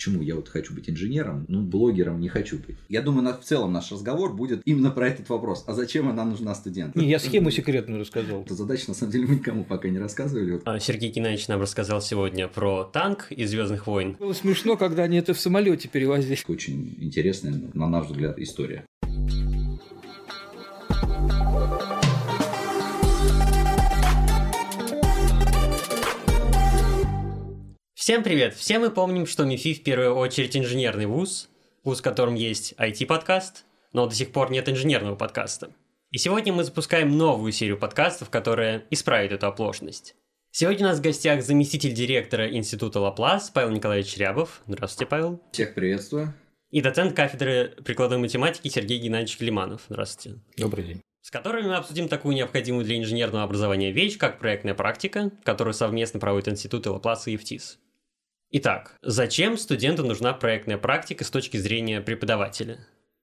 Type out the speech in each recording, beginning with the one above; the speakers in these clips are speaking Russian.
Почему я вот хочу быть инженером, блогером не хочу быть. Я думаю, в целом наш разговор будет именно про этот вопрос. А зачем она нужна студентам? Я схему секретную рассказал. Эту задачу, на самом деле, мы никому пока не рассказывали. Сергей Геннадьевич нам рассказал сегодня про танк из «Звездных войн». Было смешно, когда они это в самолете перевозили. Очень интересная, на наш взгляд, история. Всем привет! Все мы помним, что МИФИ в первую очередь инженерный вуз, в котором есть IT-подкаст, но до сих пор нет инженерного подкаста. И сегодня мы запускаем новую серию подкастов, которая исправит эту оплошность. Сегодня у нас в гостях заместитель директора Института Лаплас Павел Николаевич Рябов. Здравствуйте, Павел. Всех приветствую. И доцент кафедры прикладной математики Сергей Геннадьевич Климанов. Здравствуйте. Добрый день. С которыми мы обсудим такую необходимую для инженерного образования вещь, как проектная практика, которую совместно проводят институты Лапласа и ФТИС. Итак, зачем студенту нужна проектная практика с точки зрения преподавателя?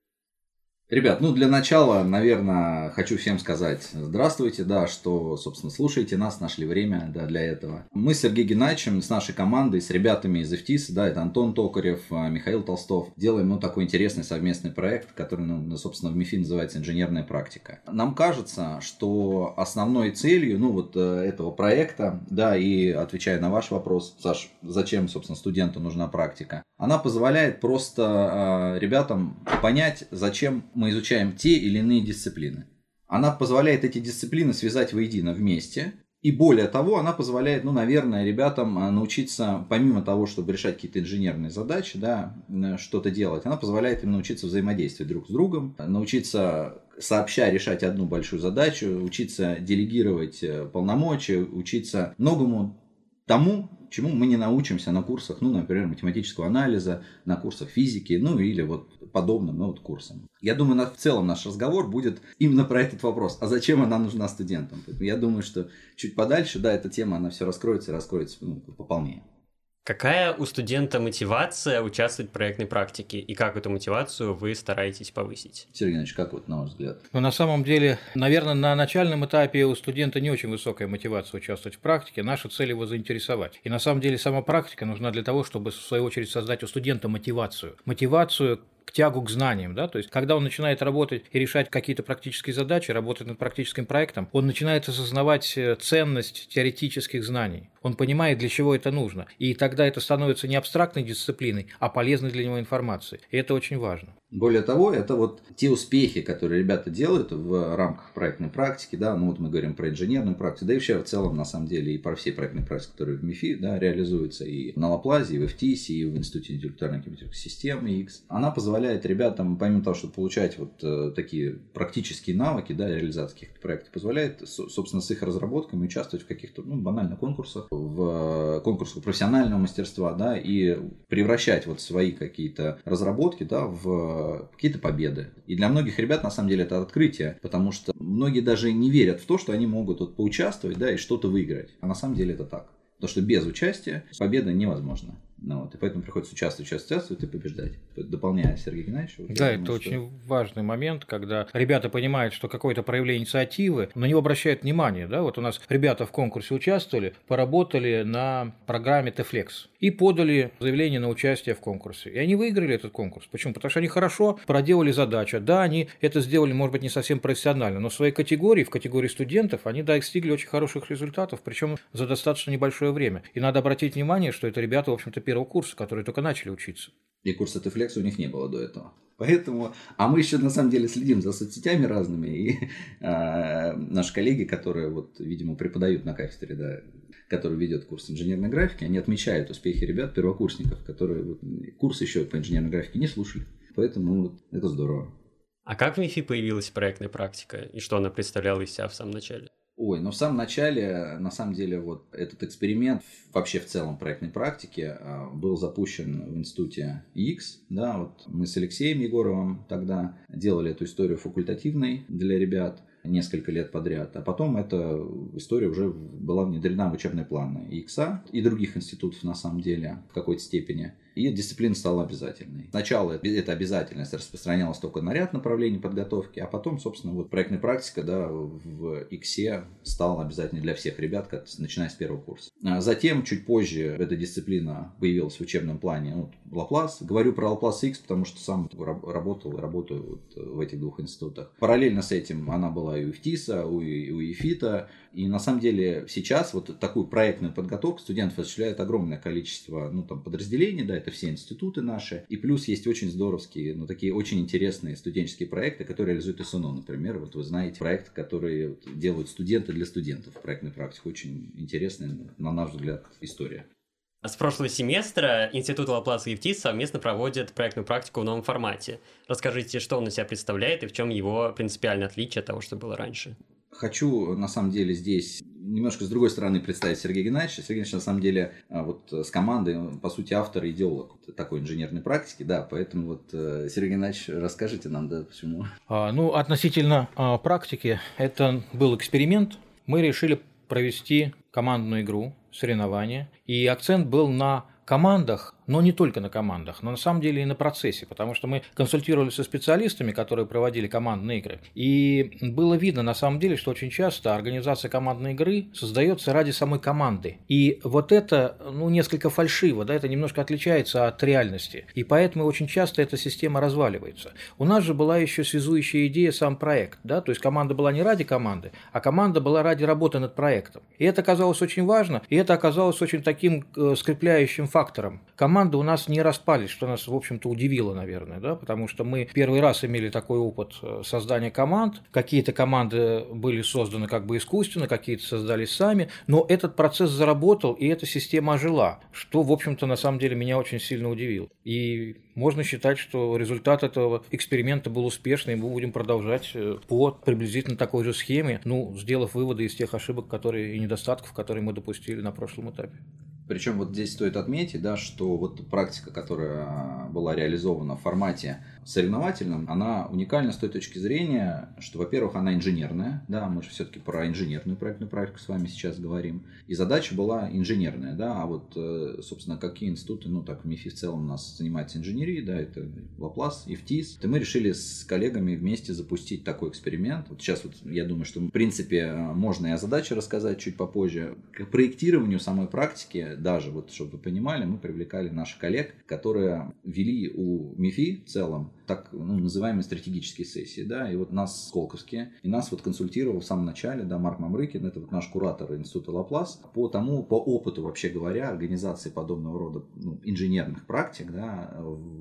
Ребят, для начала, наверное, хочу всем сказать здравствуйте, что, собственно, слушаете нас, нашли время для этого. Мы с Сергеем Геннадьевичем, с нашей командой, с ребятами из ФТИС, это Антон Токарев, Михаил Толстов, делаем, такой интересный совместный проект, который, собственно, в МИФИ называется «Инженерная практика». Нам кажется, что основной целью, этого проекта, и отвечая на ваш вопрос, Саш, зачем, собственно, студенту нужна практика, она позволяет просто ребятам понять, зачем мы изучаем те или иные дисциплины. Она позволяет эти дисциплины связать воедино вместе. И более того, она позволяет, наверное, ребятам научиться, помимо того, чтобы решать какие-то инженерные задачи, что-то делать, она позволяет им научиться взаимодействовать друг с другом, научиться сообща решать одну большую задачу, учиться делегировать полномочия, учиться многому тому, чему мы не научимся на курсах, например, математического анализа, на курсах физики, или подобным, курсам. Я думаю, в целом наш разговор будет именно про этот вопрос. А зачем она нужна студентам? Я думаю, что чуть подальше, эта тема, она все раскроется пополнее. Какая у студента мотивация участвовать в проектной практике? И как эту мотивацию вы стараетесь повысить? Сергей Иванович, как на ваш взгляд? На самом деле, наверное, на начальном этапе у студента не очень высокая мотивация участвовать в практике. Наша цель его заинтересовать. И на самом деле сама практика нужна для того, чтобы в свою очередь создать у студента мотивацию. Мотивацию к тягу к знаниям, то есть, когда он начинает работать и решать какие-то практические задачи, работать над практическим проектом, он начинает осознавать ценность теоретических знаний. Он понимает, для чего это нужно. И тогда это становится не абстрактной дисциплиной, а полезной для него информацией. И это очень важно. Более того, это те успехи, которые ребята делают в рамках проектной практики, мы говорим про инженерную практику, и вообще в целом, на самом деле, и про все проектные практики, которые в МИФИ реализуются и на Лаплазе, и в ФТИСе, и в Институте интеллектуальной компьютерных систем, X. Она позволяет ребятам, помимо того, чтобы получать такие практические навыки, реализации каких-то проектов, позволяет, собственно, с их разработками участвовать в каких-то, банально конкурсах, в конкурсах профессионального мастерства, и превращать свои какие-то разработки, в какие-то победы. И для многих ребят, на самом деле, это открытие, потому что многие даже не верят в то, что они могут поучаствовать, и что-то выиграть. А на самом деле это так. Потому что без участия победа невозможна. И поэтому приходится участвовать и побеждать. Дополняя Сергея Геннадьевича. Это очень важный момент, когда ребята понимают, что какое-то проявление инициативы, на него обращают внимание. У нас ребята в конкурсе участвовали, поработали на программе TFlex и подали заявление на участие в конкурсе. И они выиграли этот конкурс. Почему? Потому что они хорошо проделали задачу. Они это сделали, может быть, не совсем профессионально, но в своей категории, в категории студентов, они достигли очень хороших результатов, причем за достаточно небольшое время. И надо обратить внимание, что это ребята, в общем-то, первого курса, которые только начали учиться. И курса TFlex у них не было до этого. Поэтому, а мы еще на самом деле следим за соцсетями разными, и наши коллеги, которые, видимо, преподают на кафедре, который ведет курс инженерной графики, они отмечают успехи ребят, первокурсников, которые курс еще по инженерной графике не слушали. Поэтому это здорово. А как в МИФИ появилась проектная практика, и что она представляла из себя в самом начале? В самом начале, на самом деле, этот эксперимент вообще в целом проектной практики был запущен в институте X. Мы с Алексеем Егоровым тогда делали эту историю факультативной для ребят несколько лет подряд. А потом эта история уже была внедрена в учебные планы X и других институтов, на самом деле, в какой-то степени. и дисциплина стала обязательной. Сначала эта обязательность распространялась только на ряд направлений подготовки, а потом, собственно, вот проектная практика, да, в ИКСе стала обязательной для всех ребят, начиная с первого курса. Затем, чуть позже, эта дисциплина появилась в учебном плане Laplace. Говорю про Laplace X, потому что сам работал и работаю вот в этих двух институтах. Параллельно с этим она была и у ИФТИСа, у ЕФИТа. И на самом деле сейчас вот такую проектную подготовку студентов осуществляет огромное количество подразделений, да, это все институты наши. И плюс есть очень здоровские, такие очень интересные студенческие проекты, которые реализует СНО, например. Вот вы знаете проекты, которые делают студенты для студентов. Проектная практика очень интересная, на наш взгляд, история. С прошлого семестра Институт Laplace и ИФТИС совместно проводят проектную практику в новом формате. Расскажите, что он из себя представляет и в чем его принципиальное отличие от того, что было раньше. Хочу, на самом деле, здесь немножко с другой стороны представить Сергея Геннадьевича. Сергей Геннадьевич, на самом деле, вот с командой, он, по сути, автор и идеолог такой инженерной практики, да, поэтому вот, Сергей Геннадьевич, расскажите нам, да, почему. Относительно практики, это был эксперимент. Мы решили провести командную игру, соревнования, и акцент был на командах, но не только на командах, но на самом деле и на процессе, потому что мы консультировались со специалистами, которые проводили командные игры, и было видно на самом деле, что очень часто организация командной игры создается ради самой команды, и вот это, несколько фальшиво, да, это немножко отличается от реальности, и поэтому очень часто эта система разваливается. У нас же была еще связующая идея сам проект, да, то есть команда была не ради команды, а команда была ради работы над проектом, и это оказалось очень важно, и это оказалось очень таким скрепляющим фактором. Команды у нас не распались, что нас, в общем-то, удивило, наверное, да, потому что мы первый раз имели такой опыт создания команд. Какие-то команды были созданы как бы искусственно, какие-то создались сами, но этот процесс заработал, и эта система ожила, что, в общем-то, на самом деле меня очень сильно удивило. И можно считать, что результат этого эксперимента был успешный, и мы будем продолжать по приблизительно такой же схеме, сделав выводы из тех ошибок и недостатков, которые мы допустили на прошлом этапе. Причем вот здесь стоит отметить, да, что вот практика, которая была реализована в формате соревновательном, она уникальна с той точки зрения, что, во-первых, она инженерная, да, мы же все-таки про инженерную проектную практику с вами сейчас говорим, и задача была инженерная, да, а вот, собственно, какие институты, так МИФИ в целом у нас занимается инженерией, да, это Laplace, ИФТИС, и мы решили с коллегами вместе запустить такой эксперимент. Вот сейчас вот я думаю, что, в принципе, можно и о задаче рассказать чуть попозже. К проектированию самой практики, даже вот, чтобы вы понимали, мы привлекали наших коллег, которые вели у МИФИ в целом так называемые стратегические сессии, да, и вот нас сколковские, и нас вот консультировал в самом начале, да, Марк Мамрыкин, это вот наш куратор института Laplace, по опыту, вообще говоря, организации подобного рода инженерных практик, да,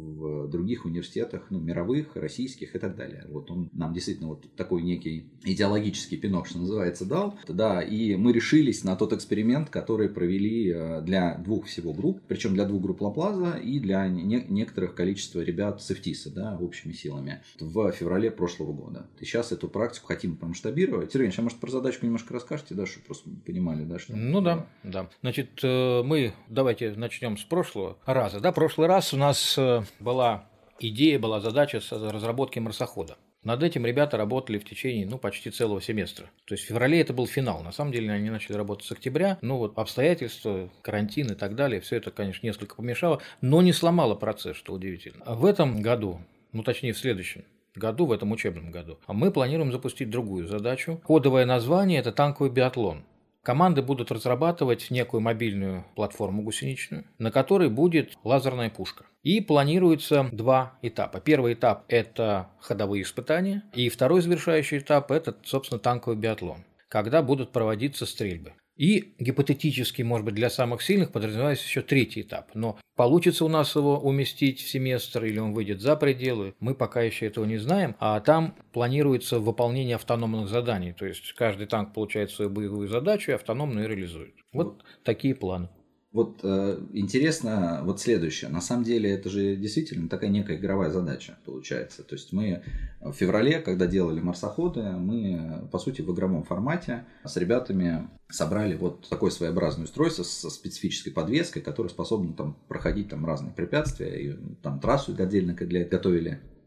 в других университетах, мировых, российских и так далее. Вот он нам действительно вот такой некий идеологический пинок, что называется, дал, да, и мы решились на тот эксперимент, который провели для двух всего групп, причем для двух групп Laplace и для некоторых количества ребят с ИФТИСа, да, общими силами в феврале прошлого года. И сейчас эту практику хотим помасштабировать. Сергей Ильич, а может про задачку немножко расскажете, да, чтобы просто понимали, да, что... Да. Значит, давайте начнем с прошлого раза. Да, прошлый раз у нас была задача разработки марсохода. Над этим ребята работали в течение почти целого семестра. То есть в феврале это был финал. На самом деле они начали работать с октября. Обстоятельства, карантин и так далее, все это, конечно, несколько помешало, но не сломало процесс, что удивительно. В этом году, точнее в следующем году, в этом учебном году, мы планируем запустить другую задачу. Кодовое название – это танковый биатлон. Команды будут разрабатывать некую мобильную платформу гусеничную, на которой будет лазерная пушка. И планируется два этапа. Первый этап – это ходовые испытания, и второй завершающий этап – это, собственно, танковый биатлон, когда будут проводиться стрельбы. И гипотетически, может быть, для самых сильных подразумевается еще третий этап. Но получится у нас его уместить в семестр или он выйдет за пределы, мы пока еще этого не знаем. А там планируется выполнение автономных заданий. То есть каждый танк получает свою боевую задачу и автономно ее реализует. Вот такие планы. Вот интересно следующее. На самом деле это же действительно такая некая игровая задача получается. То есть мы в феврале, когда делали марсоходы, мы по сути в игровом формате с ребятами собрали вот такое своеобразное устройство со специфической подвеской, которое способно проходить разные препятствия. И трассу отдельно для это готовили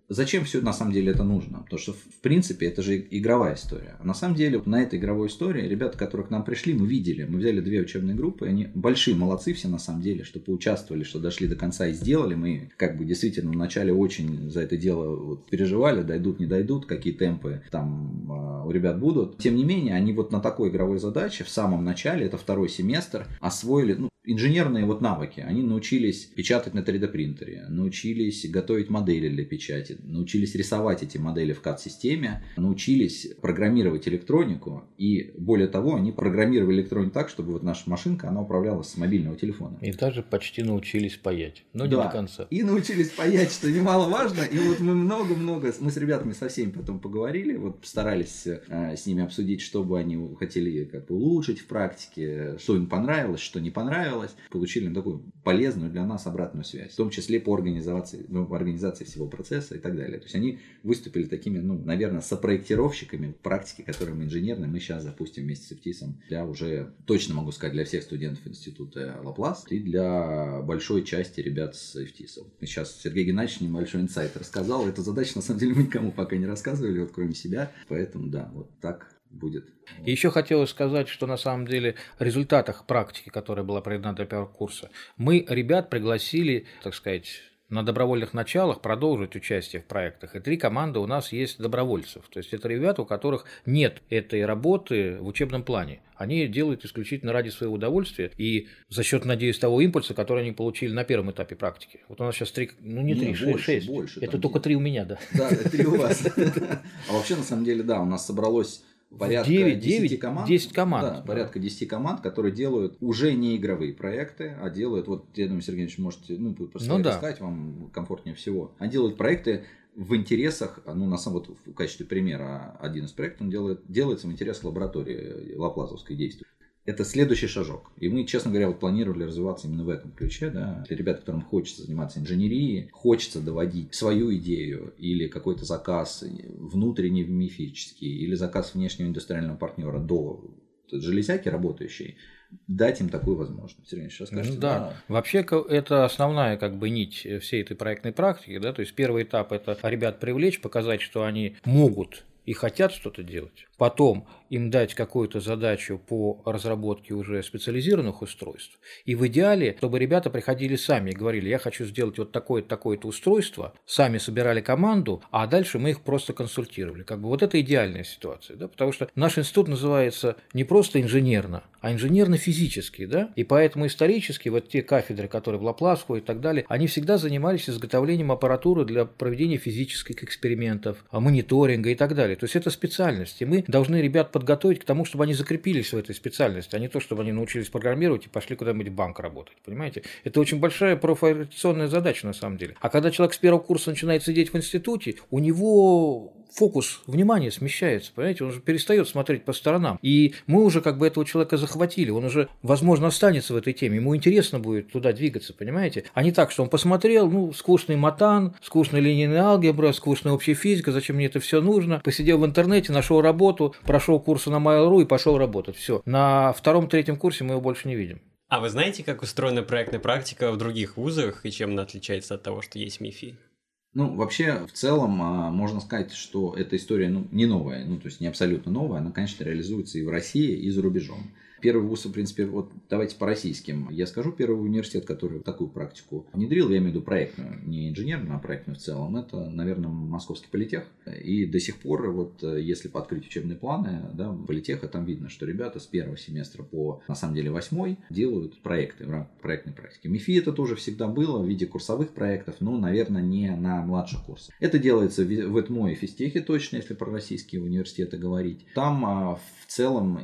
Зачем все на самом деле это нужно? Потому что, в принципе, это же игровая история. А на самом деле, на этой игровой истории ребята, которые к нам пришли, мы видели. Мы взяли 2 учебные группы, они большие молодцы все на самом деле, что поучаствовали, что дошли до конца и сделали. Мы как бы действительно вначале очень за это дело вот переживали, дойдут, не дойдут, какие темпы там у ребят будут. Тем не менее, они вот на такой игровой задаче в самом начале, это 2-й семестр, освоили, инженерные вот навыки. Они научились печатать на 3D принтере, научились готовить модели для печати, научились рисовать эти модели в CAD-системе, научились программировать электронику, и более того, они программировали электронику так, чтобы вот наша машинка, она управлялась с мобильного телефона. И даже почти научились паять, но не до конца. И научились паять, что немаловажно. И вот мы мы с ребятами со всеми потом поговорили, вот постарались с ними обсудить, что бы они хотели как бы улучшить в практике, что им понравилось, что не понравилось. Получили такую полезную для нас обратную связь, в том числе по организации всего процесса и так далее. То есть они выступили такими, наверное, сопроектировщиками практики, которые мы инженерные, мы сейчас запустим вместе с ИФТИСом для уже, точно могу сказать, для всех студентов института Лаплас и для большой части ребят с ИФТИСом. Сейчас Сергей Геннадьевич небольшой инсайт рассказал. Эту задачу, на самом деле, мы никому пока не рассказывали, вот кроме себя. Поэтому, да, вот так будет. И еще хотелось сказать, что на самом деле в результатах практики, которая была проведена для первого курса, мы ребят пригласили, так сказать, на добровольных началах продолжить участие в проектах. И 3 команды у нас есть добровольцев. То есть это ребята, у которых нет этой работы в учебном плане. Они делают исключительно ради своего удовольствия и за счет, надеюсь, того импульса, который они получили на первом этапе практики. Вот у нас сейчас 3, шесть. Больше, это только 3 у меня, да. Да, 3 у вас. А вообще, на самом деле, да, у нас собралось порядка 10 команд. 10 команд. Да, порядка 10 команд, которые делают уже не игровые проекты, а делают, вот, я думаю, Сергей Ильич, можете рассказать, вам комфортнее всего. Они делают проекты в интересах, вот в качестве примера, один из проектов делается в интересах лаборатории Лапласовской действует. Это следующий шажок. И мы, честно говоря, планировали развиваться именно в этом ключе. Да? Для ребят, которым хочется заниматься инженерией, хочется доводить свою идею или какой-то заказ внутренний мифический, или заказ внешнего индустриального партнера до железяки работающей, дать им такую возможность. Сергей, сейчас скажете? Да. Вообще это основная нить всей этой проектной практики. Да? То есть первый этап – это ребят привлечь, показать, что они могут и хотят что-то делать. Потом им дать какую-то задачу по разработке уже специализированных устройств. И в идеале, чтобы ребята приходили сами и говорили: я хочу сделать вот такое-то, такое-то устройство, сами собирали команду, а дальше мы их просто консультировали. Вот это идеальная ситуация. Да? Потому что наш институт называется не просто инженерно, а инженерно-физический. Да? И поэтому исторически вот те кафедры, которые в Лапласку и так далее, они всегда занимались изготовлением аппаратуры для проведения физических экспериментов, мониторинга и так далее. То есть это специальность. И мы должны ребят подготовить к тому, чтобы они закрепились в этой специальности, а не то, чтобы они научились программировать и пошли куда-нибудь в банк работать. Понимаете? Это очень большая профориентационная задача на самом деле. А когда человек с первого курса начинает сидеть в институте, у него фокус внимания смещается, понимаете, он уже перестает смотреть по сторонам. И мы уже этого человека захватили, он уже, возможно, останется в этой теме, ему интересно будет туда двигаться, понимаете? А не так, что он посмотрел, скучный матан, скучная линейная алгебра, скучная общая физика, зачем мне это все нужно? Посидел в интернете, нашел работу, прошел курсы на Mail.ru и пошел работать. Все. На 2-3 курсе мы его больше не видим. А вы знаете, как устроена проектная практика в других вузах и чем она отличается от того, что есть в МИФИ? Вообще, в целом, можно сказать, что эта история не новая, то есть не абсолютно новая, она, конечно, реализуется и в России, и за рубежом. Первый вуз, в принципе, давайте по российским. Я скажу, первый университет, который такую практику внедрил, я имею в виду проектную, не инженерную, а проектную в целом, это, наверное, Московский политех. И до сих пор, если открыть учебные планы, политеха, там видно, что ребята с первого семестра по, на самом деле, 8 делают проекты в рамках проектной практики. МИФИ это тоже всегда было в виде курсовых проектов, но, наверное, не на младших курсах. Это делается в ЭТМО и физтехе точно, если про российские университеты говорить. Там в целом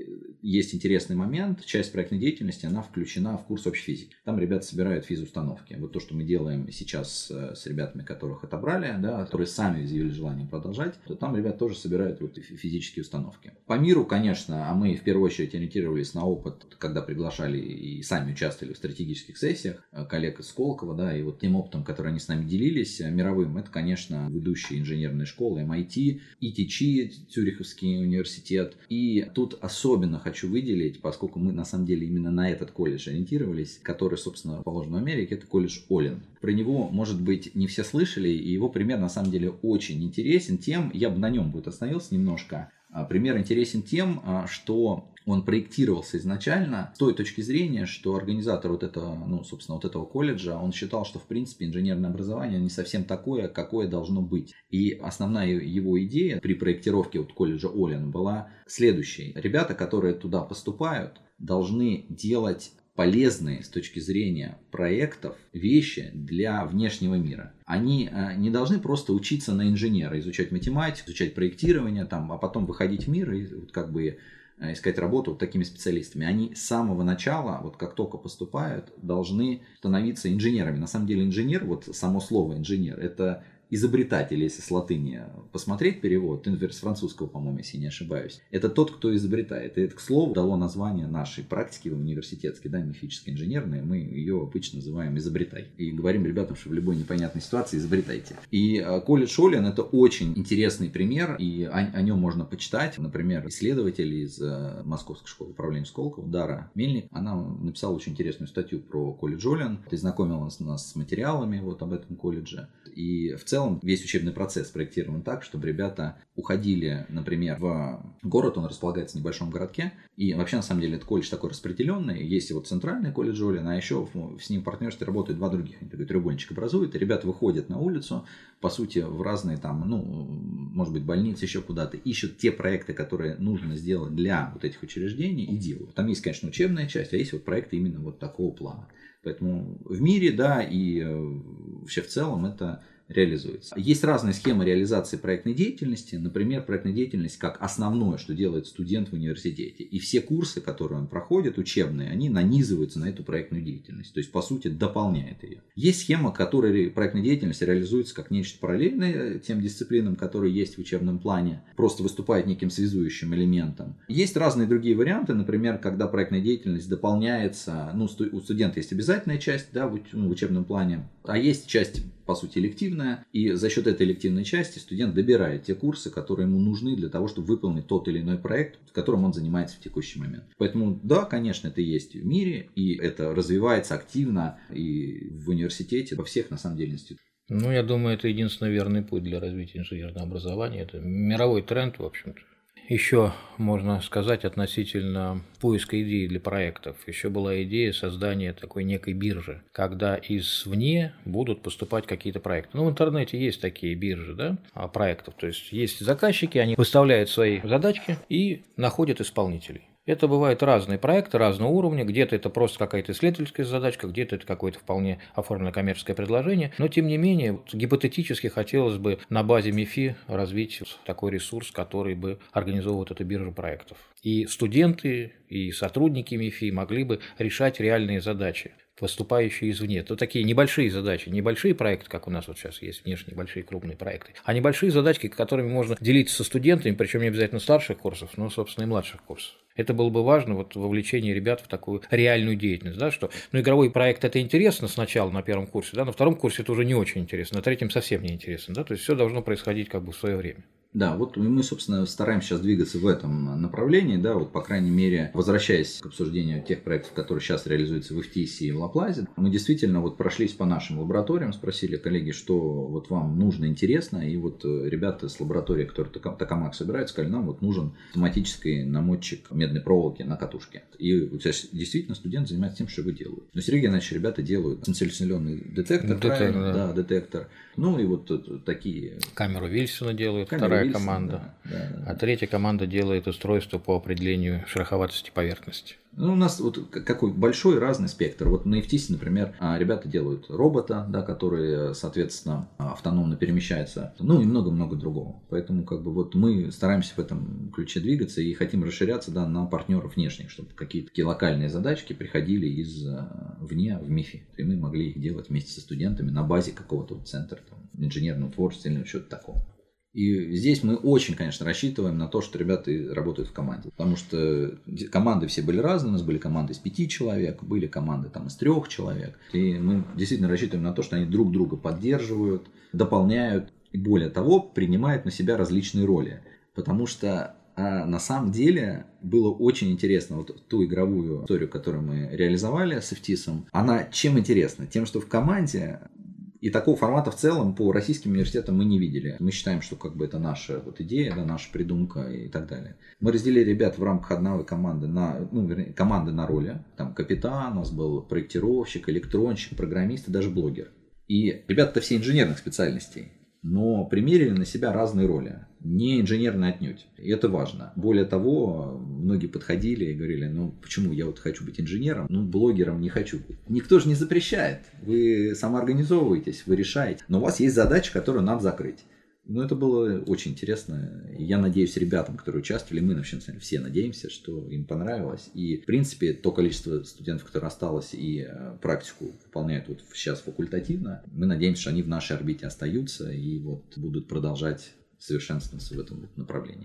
есть интересный момент. Часть проектной деятельности, она включена в курс общей физики. Там ребята собирают физустановки. Вот то, что мы делаем сейчас с ребятами, которых отобрали, которые сами изъявили желание продолжать, то там ребята тоже собирают физические установки. По миру, конечно, а мы в первую очередь ориентировались на опыт, когда приглашали и сами участвовали в стратегических сессиях коллег из Сколково, и тем опытом, который они с нами делились, мировым, это, конечно, ведущие инженерные школы, MIT, ETH, Цюриховский университет. И тут особенно хочу выделить выделить, поскольку мы на самом деле именно на этот колледж ориентировались, который, собственно, расположен в Америке, это колледж Олин. Про него, может быть, не все слышали, и его пример на самом деле очень интересен тем, я бы на нем остановился немножко. Пример интересен тем, что он проектировался изначально с той точки зрения, что организатор вот этого колледжа, он считал, что в принципе инженерное образование не совсем такое, какое должно быть. И основная его идея при проектировке колледжа Олин была следующей. Ребята, которые туда поступают, должны делать полезные с точки зрения проектов вещи для внешнего мира. Они не должны просто учиться на инженера, изучать математику, изучать проектирование, а потом выходить в мир и искать работу такими специалистами. Они с самого начала, как только поступают, должны становиться инженерами. На самом деле инженер, само слово инженер, это изобретатель, если с латыни посмотреть перевод, с французского, по-моему, если не ошибаюсь, это тот, кто изобретает. И это, к слову, дало название нашей практике университетской, мифической инженерной, мы ее обычно называем «изобретай». И говорим ребятам, что в любой непонятной ситуации изобретайте. И колледж Олин – это очень интересный пример, и о нем можно почитать. Например, исследователь из Московской школы управления Сколково, Дара Мельник, она написала очень интересную статью про колледж Олин, знакомила нас с материалами об этом колледже. И в целом весь учебный процесс спроектирован так, чтобы ребята уходили, например, в город, он располагается в небольшом городке, и вообще на самом деле это колледж такой распределенный, есть центральный колледж Олин, а еще с ним в партнерстве работают два других, они такой треугольничек образуют, и ребята выходят на улицу, по сути, в разные может быть, больницы, еще куда-то, ищут те проекты, которые нужно сделать для этих учреждений, и делают. Там есть, конечно, учебная часть, а есть проекты именно такого плана. Поэтому в мире, и вообще в целом это реализуется. Есть разные схемы реализации проектной деятельности. Например, проектная деятельность как основное, что делает студент в университете. И все курсы, которые он проходит, учебные, они нанизываются на эту проектную деятельность. То есть, по сути, дополняет ее. Есть схема, которая проектная деятельность реализуется как нечто параллельное тем дисциплинам, которые есть в учебном плане. Просто выступает неким связующим элементом. Есть разные другие варианты. Например, когда проектная деятельность дополняется. У студента есть обязательная часть в учебном плане. А есть часть, по сути, элективная, и за счет этой элективной части студент добирает те курсы, которые ему нужны для того, чтобы выполнить тот или иной проект, которым он занимается в текущий момент. Поэтому, да, конечно, это есть в мире, и это развивается активно и в университете, во всех, на самом деле, институтах. Я думаю, это единственный верный путь для развития инженерного образования. Это мировой тренд, в общем-то. Еще можно сказать относительно поиска идей для проектов. Еще была идея создания такой некой биржи, когда извне будут поступать какие-то проекты. В интернете есть такие биржи, проектов. То есть есть заказчики, они выставляют свои задачки и находят исполнителей. Это бывают разные проекты, разного уровня, где-то это просто какая-то исследовательская задачка, где-то это какое-то вполне оформленное коммерческое предложение, но тем не менее гипотетически хотелось бы на базе МИФИ развить такой ресурс, который бы организовывал эту биржу проектов. И студенты, и сотрудники МИФИ могли бы решать реальные задачи, поступающие извне. Это такие небольшие задачи, небольшие проекты, как у нас сейчас есть внешние большие крупные проекты, а небольшие задачки, которыми можно делиться со студентами, причем не обязательно старших курсов, но, собственно, и младших курсов. Это было бы важно, вовлечение ребят в такую реальную деятельность, что игровой проект это интересно сначала на первом курсе, на втором курсе это уже не очень интересно, на третьем совсем не интересно, то есть все должно происходить в свое время. Да, мы, собственно, стараемся сейчас двигаться в этом направлении, по крайней мере, возвращаясь к обсуждению тех проектов, которые сейчас реализуются в FTC и в Лаплазе, мы действительно прошлись по нашим лабораториям, спросили коллеги, что вам нужно, интересно, и ребята с лаборатории, которые токамак собирают, сказали, нам нужен автоматический намотчик медной проволоки на катушке. И действительно студент занимается тем, что его делают. Но Сергей Геннадьевич, ребята делают дистанционный детектор, детектор, и такие... Камеру Вильсона делают, вторая команда, а третья команда делает устройство по определению шероховатости поверхности. У нас какой большой разный спектр. На FTC, например, ребята делают робота, который, соответственно, автономно перемещается, и много-много другого. Поэтому мы стараемся в этом ключе двигаться и хотим расширяться на партнеров внешних, чтобы какие-то такие локальные задачки приходили извне в МИФИ. И мы могли их делать вместе со студентами на базе какого-то центра инженерного творчества или что-то такого. И здесь мы очень, конечно, рассчитываем на то, что ребята работают в команде. Потому что команды все были разные. У нас были команды из 5 человек, были команды из 3 человек. И мы действительно рассчитываем на то, что они друг друга поддерживают, дополняют и, более того, принимают на себя различные роли. Потому что А на самом деле было очень интересно. Вот ту игровую историю, которую мы реализовали с Эфтисом, она чем интересна? Тем, что в команде и такого формата в целом по российским университетам мы не видели. Мы считаем, что как бы это наша вот идея, да, наша придумка и так далее. Мы разделили ребят в рамках одной команды команды на роли. Там капитан, у нас был проектировщик, электронщик, программист и даже блогер. И ребята-то все инженерных специальностей, но примерили на себя разные роли. Не инженерные отнюдь. И это важно. Более того, многие подходили и говорили, почему я вот хочу быть инженером, блогером не хочу быть. Никто же не запрещает. Вы самоорганизовываетесь, вы решаете. Но у вас есть задача, которую надо закрыть. Это было очень интересно. Я надеюсь, ребятам, которые участвовали, мы вообще все надеемся, что им понравилось. И, в принципе, то количество студентов, которое осталось и практику выполняют вот сейчас факультативно, мы надеемся, что они в нашей орбите остаются и вот будут продолжать совершенствоваться в этом направлении.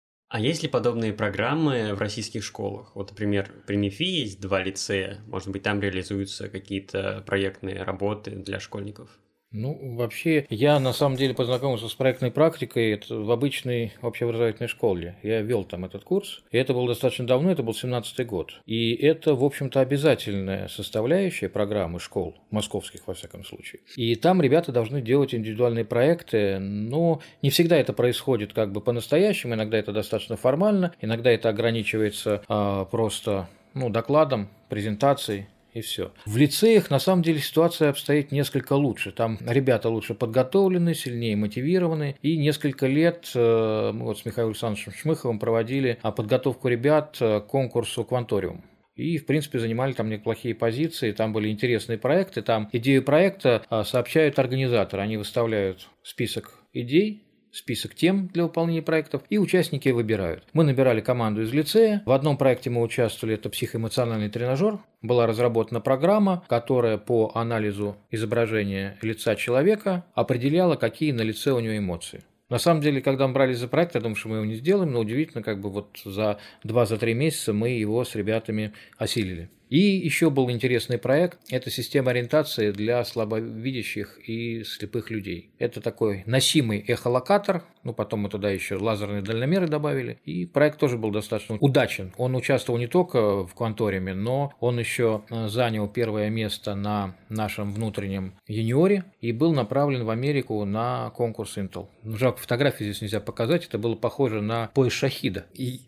А есть ли подобные программы в российских школах? Вот, например, при МИФИ есть 2 лицея. Может быть, там реализуются какие-то проектные работы для школьников? Вообще, я на самом деле познакомился с проектной практикой в обычной общеобразовательной школе. Я вел там этот курс, и это было достаточно давно, это был 17-й год. И это, в общем-то, обязательная составляющая программы школ, московских, во всяком случае. И там ребята должны делать индивидуальные проекты, но не всегда это происходит как бы по-настоящему, иногда это достаточно формально, иногда это ограничивается просто докладом, презентацией. И все. В лицеях, на самом деле, ситуация обстоит несколько лучше. Там ребята лучше подготовлены, сильнее мотивированы. И несколько лет мы вот с Михаилом Александровичем Шмыховым проводили подготовку ребят к конкурсу «Кванториум». И, в принципе, занимали там неплохие позиции, там были интересные проекты. Там идею проекта сообщают организаторы. Они выставляют список идей, список тем для выполнения проектов, и участники выбирают. Мы набирали команду из лицея. В одном проекте мы участвовали, это психоэмоциональный тренажер. Была разработана программа, которая по анализу изображения лица человека определяла, какие на лице у него эмоции. На самом деле, когда мы брались за проект, я думаю, что мы его не сделаем, но удивительно, за 2-3 месяца мы его с ребятами осилили. И еще был интересный проект – это система ориентации для слабовидящих и слепых людей. Это такой носимый эхолокатор, потом мы туда еще лазерные дальномеры добавили, и проект тоже был достаточно удачен. Он участвовал не только в Кванториуме, но он еще занял первое место на нашем внутреннем юниоре и был направлен в Америку на конкурс Intel. Жалко, фотографии здесь нельзя показать, это было похоже на пояс шахида.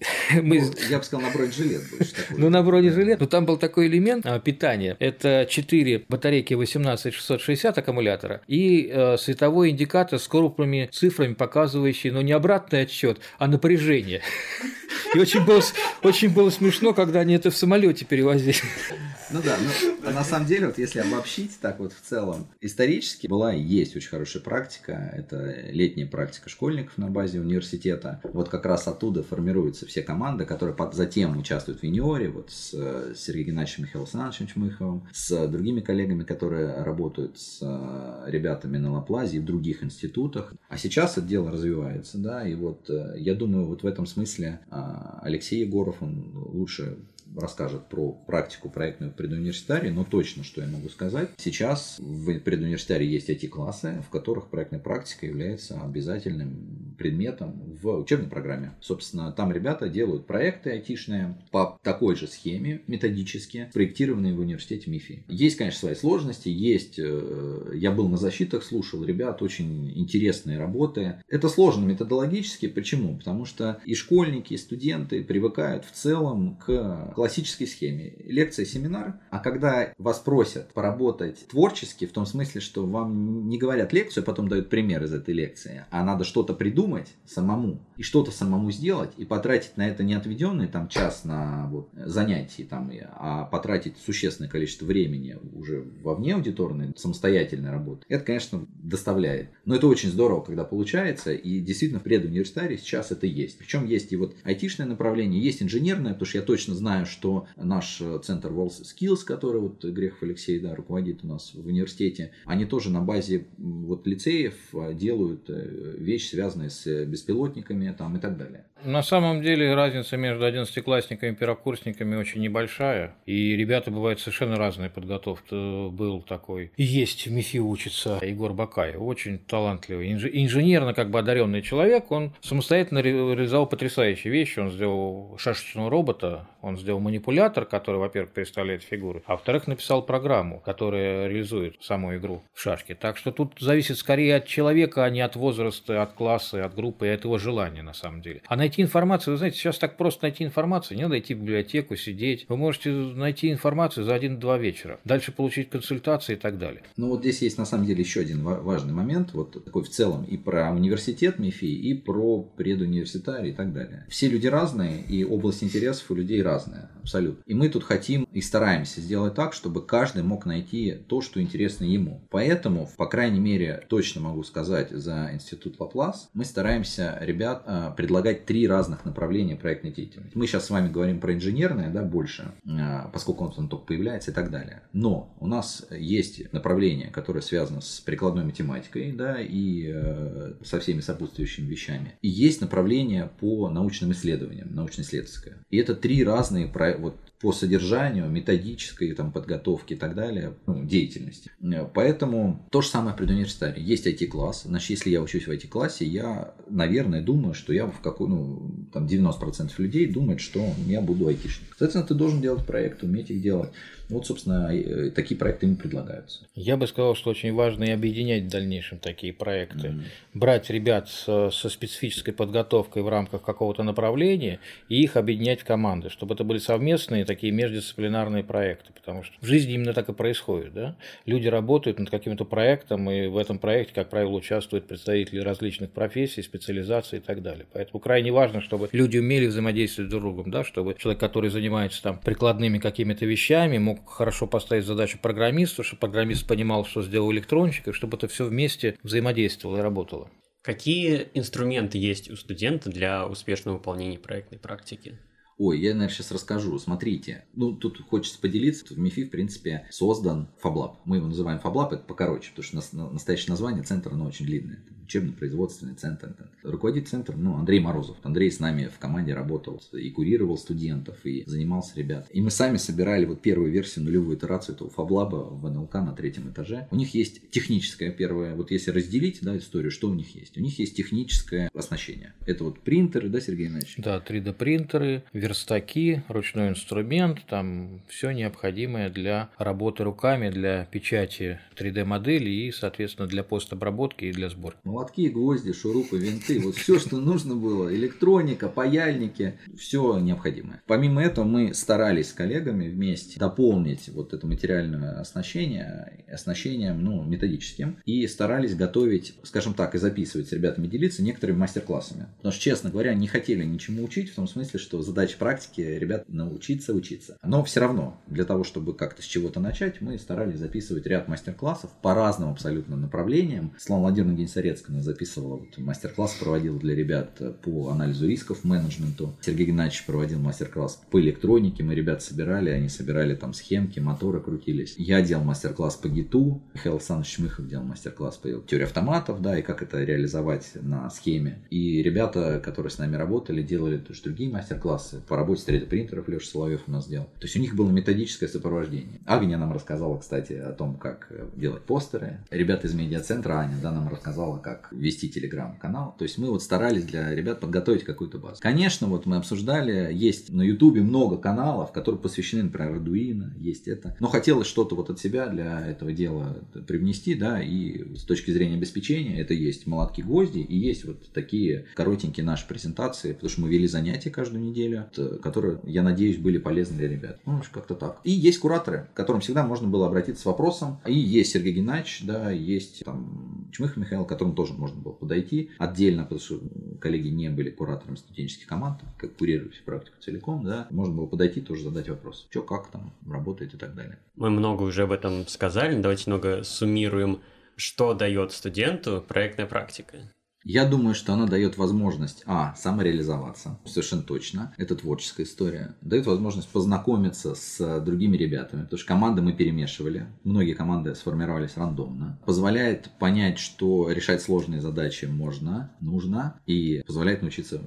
Я бы сказал, на бронежилет больше такой. На бронежилет, но там был такой элемент питания. Это 4 батарейки 18660 аккумулятора и световой индикатор с крупными цифрами, показывающий, не обратный отсчет, а напряжение. И очень было смешно, когда они это в самолете перевозили. На самом деле, вот если обобщить так вот в целом, исторически была и есть очень хорошая практика, это летняя практика школьников на базе университета. Вот как раз оттуда формируются все команды, которые затем участвуют в юниоре, вот с Сергеем Геннадьевичем Михаилом Александровичем Шмыховым, с другими коллегами, которые работают с ребятами на Лаплазе и в других институтах. А сейчас это дело развивается, да, и вот я думаю, вот в этом смысле Алексей Егоров, он лучше расскажет про практику проектную в предуниверситарии, но точно, что я могу сказать. Сейчас в предуниверситарии есть IT-классы, в которых проектная практика является обязательным предметом в учебной программе. Собственно, там ребята делают проекты айтишные по такой же схеме, методически, проектированные в университете МИФИ. Есть, конечно, свои сложности, я был на защитах, слушал ребят, очень интересные работы. Это сложно методологически, почему? Потому что и школьники, и студенты привыкают в целом к классической схеме. Лекция, семинар. А когда вас просят поработать творчески, в том смысле, что вам не говорят лекцию, а потом дают пример из этой лекции, а надо что-то придумать самому, и что-то самому сделать, и потратить на это не отведенный час на занятия, а потратить существенное количество времени уже вовне аудиторной, самостоятельной работы, это, конечно, доставляет. Но это очень здорово, когда получается, и действительно в предуниверситарии сейчас это есть. Причем есть и айтишное направление, есть инженерное, потому что я точно знаю, что наш центр WorldSkills, который Грехов Алексей руководит у нас в университете, они тоже на базе лицеев делают вещи, связанные с беспилотниками и так далее. На самом деле разница между 11-классниками и первокурсниками очень небольшая. И ребята бывают совершенно разные подготовки. Был такой. И есть в МИФИ учится Егор Бакаев. Очень талантливый. Инженерно как бы одаренный человек. Он самостоятельно реализовал потрясающие вещи. Он сделал шашечного робота. Он сделал манипулятор, который, во-первых, представляет фигуры. А во-вторых, написал программу, которая реализует саму игру в шашки. Так что тут зависит скорее от человека, а не от возраста, от класса, от группы и от его желания на самом деле. А найти информацию, вы знаете, сейчас так просто найти информацию, не надо идти в библиотеку, сидеть. Вы можете найти информацию за 1-2 вечера, дальше получить консультации и так далее. Ну вот здесь есть на самом деле еще один важный момент, вот такой в целом и про университет МИФИ, и про предуниверситарий и так далее. Все люди разные, и область интересов у людей разная, абсолютно. И мы тут хотим и стараемся сделать так, чтобы каждый мог найти то, что интересно ему. Поэтому, по крайней мере, точно могу сказать за институт Лаплас, мы стараемся ребят предлагать 3 разных направления проектной деятельности. Мы сейчас с вами говорим про инженерное, да, больше, поскольку он только появляется и так далее. Но у нас есть направление, которое связано с прикладной математикой, да, и со всеми сопутствующими вещами. И есть направление по научным исследованиям, научно-исследовательское. И это 3 разные вот, по содержанию, методической там, подготовке и так далее, деятельности. Поэтому то же самое в предуниверситете. Есть IT-класс. Значит, если я учусь в IT-классе, я, наверное, думаю, что я там 90% людей думают, что я буду айтишник. Соответственно, ты должен делать проекты, уметь их делать. Вот, собственно, такие проекты им предлагаются. Я бы сказал, что очень важно и объединять в дальнейшем такие проекты. Брать ребят со специфической подготовкой в рамках какого-то направления и их объединять в команды, чтобы это были совместные такие междисциплинарные проекты. Потому что в жизни именно так и происходит. Да? Люди работают над каким-то проектом, и в этом проекте, как правило, участвуют представители различных профессий, специализаций и так далее. Поэтому крайне важно, чтобы люди умели взаимодействовать друг с другом, да? Чтобы человек, который занимается там прикладными какими-то вещами, мог хорошо поставить задачу программисту, чтобы программист понимал, что сделал электронщик, и чтобы это все вместе взаимодействовало и работало. Какие инструменты есть у студента для успешного выполнения проектной практики? Ой, я, наверное, сейчас расскажу. Смотрите, тут хочется поделиться. В МИФИ, в принципе, создан FabLab. Мы его называем FabLab, это покороче, потому что настоящее название центра, оно очень длинное. Учебно-производственный центр. Руководитель центра, Андрей Морозов. Андрей с нами в команде работал и курировал студентов, и занимался ребят. И мы сами собирали вот первую версию, нулевую итерацию этого FabLab в НЛК на 3-м этаже. У них есть техническое первое, вот если разделить, да, историю, что у них есть? У них есть техническое оснащение. Это вот принтеры, да, Сергей Иванович? Да, 3D-принтеры, верстаки, ручной инструмент, там все необходимое для работы руками, для печати 3D-модели и, соответственно, для постобработки и для сборки. Молотки, гвозди, шурупы, винты, вот все, что нужно было, электроника, паяльники, все необходимое. Помимо этого мы старались с коллегами вместе дополнить вот это материальное оснащением, методическим, и старались готовить, скажем так, и записывать с ребятами, делиться некоторыми мастер-классами. Потому что, честно говоря, не хотели ничему учить, в том смысле, что задача практики ребят научиться учиться. Но все равно, для того, чтобы как-то с чего-то начать, мы старались записывать ряд мастер-классов по разным абсолютно направлениям. Светлана Владимировна Генсарецкая записывала мастер-класс, проводил для ребят по анализу рисков, менеджменту. Сергей Геннадьевич проводил мастер-класс по электронике. Мы ребят собирали, они собирали там схемки, моторы крутились. Я делал мастер-класс по ГИТу. Михаил Александрович Шмыхов делал мастер-класс по теории автоматов, да, и как это реализовать на схеме. И ребята, которые с нами работали, делали тоже другие мастер-классы по работе с 3D-принтеров. Леша Соловьев у нас делал. То есть у них было методическое сопровождение. Агния нам рассказала, кстати, о том, как делать постеры. Ребята из медиацентра, Аня, да, нам рассказала, как вести телеграм-канал. То есть мы вот старались для ребят подготовить какую-то базу. Конечно, вот мы обсуждали, есть на Ютубе много каналов, которые посвящены, например, Arduino, есть это. Но хотелось что-то вот от себя для этого дела привнести, да, и с точки зрения обеспечения это есть молотки, гвозди, и есть вот такие коротенькие наши презентации, потому что мы вели занятия каждую неделю, которые, я надеюсь, были полезны для ребят. Как-то так. И есть кураторы, к которым всегда можно было обратиться с вопросом. И есть Сергей Геннадьевич, да, есть там Чмых Михаил, к которому тоже можно было подойти отдельно, потому что коллеги не были кураторами студенческих команд, как курировали всю практику целиком, да, можно было подойти, тоже задать вопрос, что, как там работает и так далее. Мы много уже об этом сказали, давайте немного суммируем, что дает студенту проектная практика. Я думаю, что она дает возможность, самореализоваться, совершенно точно, это творческая история, дает возможность познакомиться с другими ребятами, потому что команды мы перемешивали, многие команды сформировались рандомно, позволяет понять, что решать сложные задачи можно, нужно, и позволяет научиться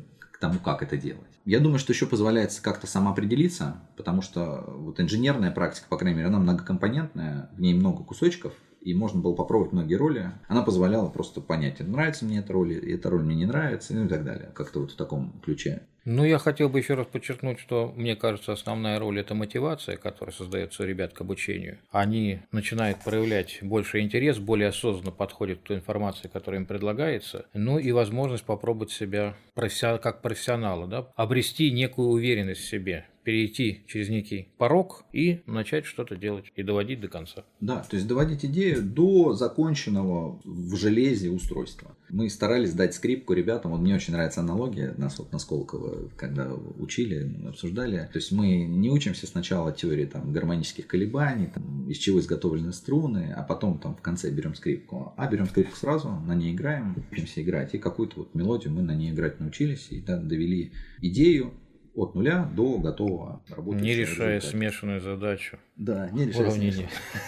тому, как это делать. Я думаю, что еще позволяет как-то самоопределиться, потому что вот инженерная практика, по крайней мере, она многокомпонентная, в ней много кусочков, и можно было попробовать многие роли. Она позволяла просто понять, нравится мне эта роль, эта роль мне не нравится, ну и так далее. Как-то вот в таком ключе. Ну, я хотел бы еще раз подчеркнуть, что, мне кажется, основная роль – это мотивация, которая создается у ребят к обучению. Они начинают проявлять больше интерес, более осознанно подходят к той информации, которая им предлагается, ну и возможность попробовать себя как профессионала, да, обрести некую уверенность в себе, перейти через некий порог и начать что-то делать и доводить до конца. Да, то есть доводить идею до законченного в железе устройства. Мы старались дать скрипку ребятам, вот мне очень нравится аналогия, нас вот на Сколково, когда учили, обсуждали, то есть мы не учимся сначала теории там, гармонических колебаний, там, из чего изготовлены струны, а потом там в конце берем скрипку, берем скрипку сразу, на ней играем, учимся играть, и какую-то вот мелодию мы на ней играть научились, и да, довели идею от нуля до готового работающего не решая результата. Смешанную задачу. Да, не решая уравнение.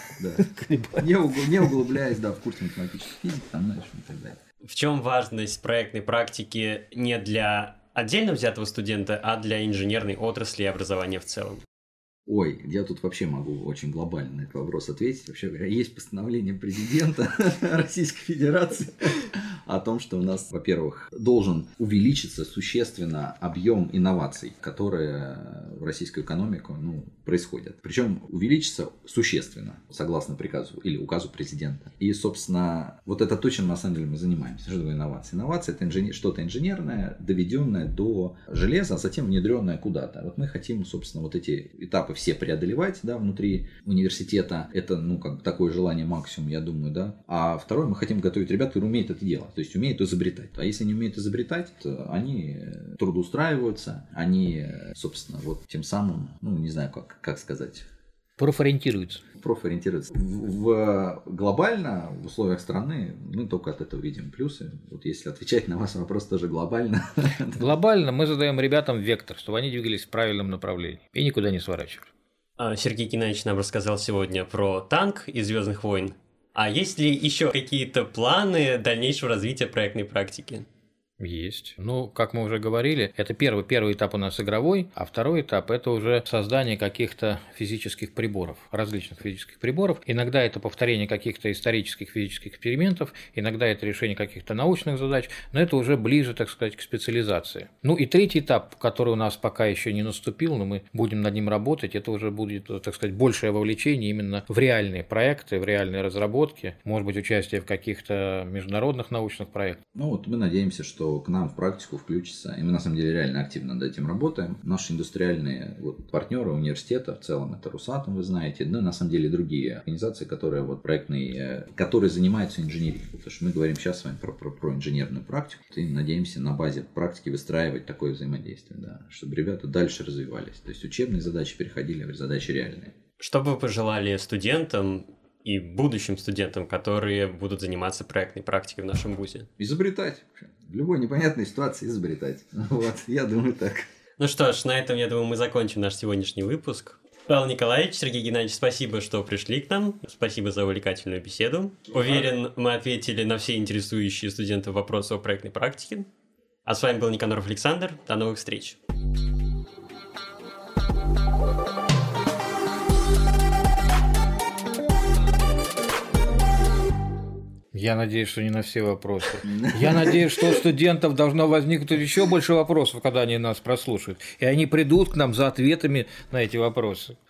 Не углубляясь в курс математической физики, там, знаешь, и так далее. В чем важность проектной практики не для отдельно взятого студента, а для инженерной отрасли и образования в целом? Ой, я тут вообще могу очень глобально на этот вопрос ответить. Вообще говоря, есть постановление президента Российской Федерации о том, что у нас, во-первых, должен увеличиться существенно объем инноваций, которые в российскую экономику происходят. Причем увеличится существенно, согласно приказу или указу президента. И, собственно, вот это то, чем на самом деле мы занимаемся. Что такое инновации? Инновация – это что-то инженерное, доведенное до железа, а затем внедренное куда-то. Вот мы хотим, собственно, вот эти этапы все преодолевать, да, внутри университета. Это, как такое желание максимум, я думаю, да. А второе, мы хотим готовить ребят, которые умеют это делать, то есть умеют изобретать. А если не умеют изобретать, то они трудоустраиваются, они, собственно, вот тем самым, не знаю, как сказать... Профориентируются. Глобально, в условиях страны, мы только от этого видим плюсы. Вот если отвечать на ваш вопрос тоже глобально. Глобально мы задаем ребятам вектор, чтобы они двигались в правильном направлении и никуда не сворачивали. Сергей Геннадьевич нам рассказал сегодня про танк из «Звездных войн». А есть ли еще какие-то планы дальнейшего развития проектной практики? Есть. Как мы уже говорили, это первый этап у нас игровой, а второй этап – это уже создание каких-то физических приборов, различных физических приборов. Иногда это повторение каких-то исторических физических экспериментов, иногда это решение каких-то научных задач, но это уже ближе, так сказать, к специализации. И третий этап, который у нас пока еще не наступил, но мы будем над ним работать, это уже будет, так сказать, большее вовлечение именно в реальные проекты, в реальные разработки, может быть, участие в каких-то международных научных проектах. Мы надеемся, что к нам в практику включится, и мы на самом деле реально активно над этим работаем. Наши индустриальные партнеры университета, в целом это Росатом, вы знаете, на самом деле другие организации, которые проектные, которые занимаются инженерией. Потому что мы говорим сейчас с вами про инженерную практику, и надеемся на базе практики выстраивать такое взаимодействие, да, чтобы ребята дальше развивались. То есть учебные задачи переходили в задачи реальные. Что бы вы пожелали студентам и будущим студентам, которые будут заниматься проектной практикой в нашем вузе? Изобретать. В любой непонятной ситуации изобретать. Я думаю так. Что ж, на этом, я думаю, мы закончим наш сегодняшний выпуск. Павел Николаевич, Сергей Геннадьевич, спасибо, что пришли к нам. Спасибо за увлекательную беседу. Уверен, мы ответили на все интересующие студентов вопросы о проектной практике. А с вами был Никаноров Александр. До новых встреч. Я надеюсь, что не на все вопросы. Я надеюсь, что у студентов должно возникнуть еще больше вопросов, когда они нас прослушают. И они придут к нам за ответами на эти вопросы.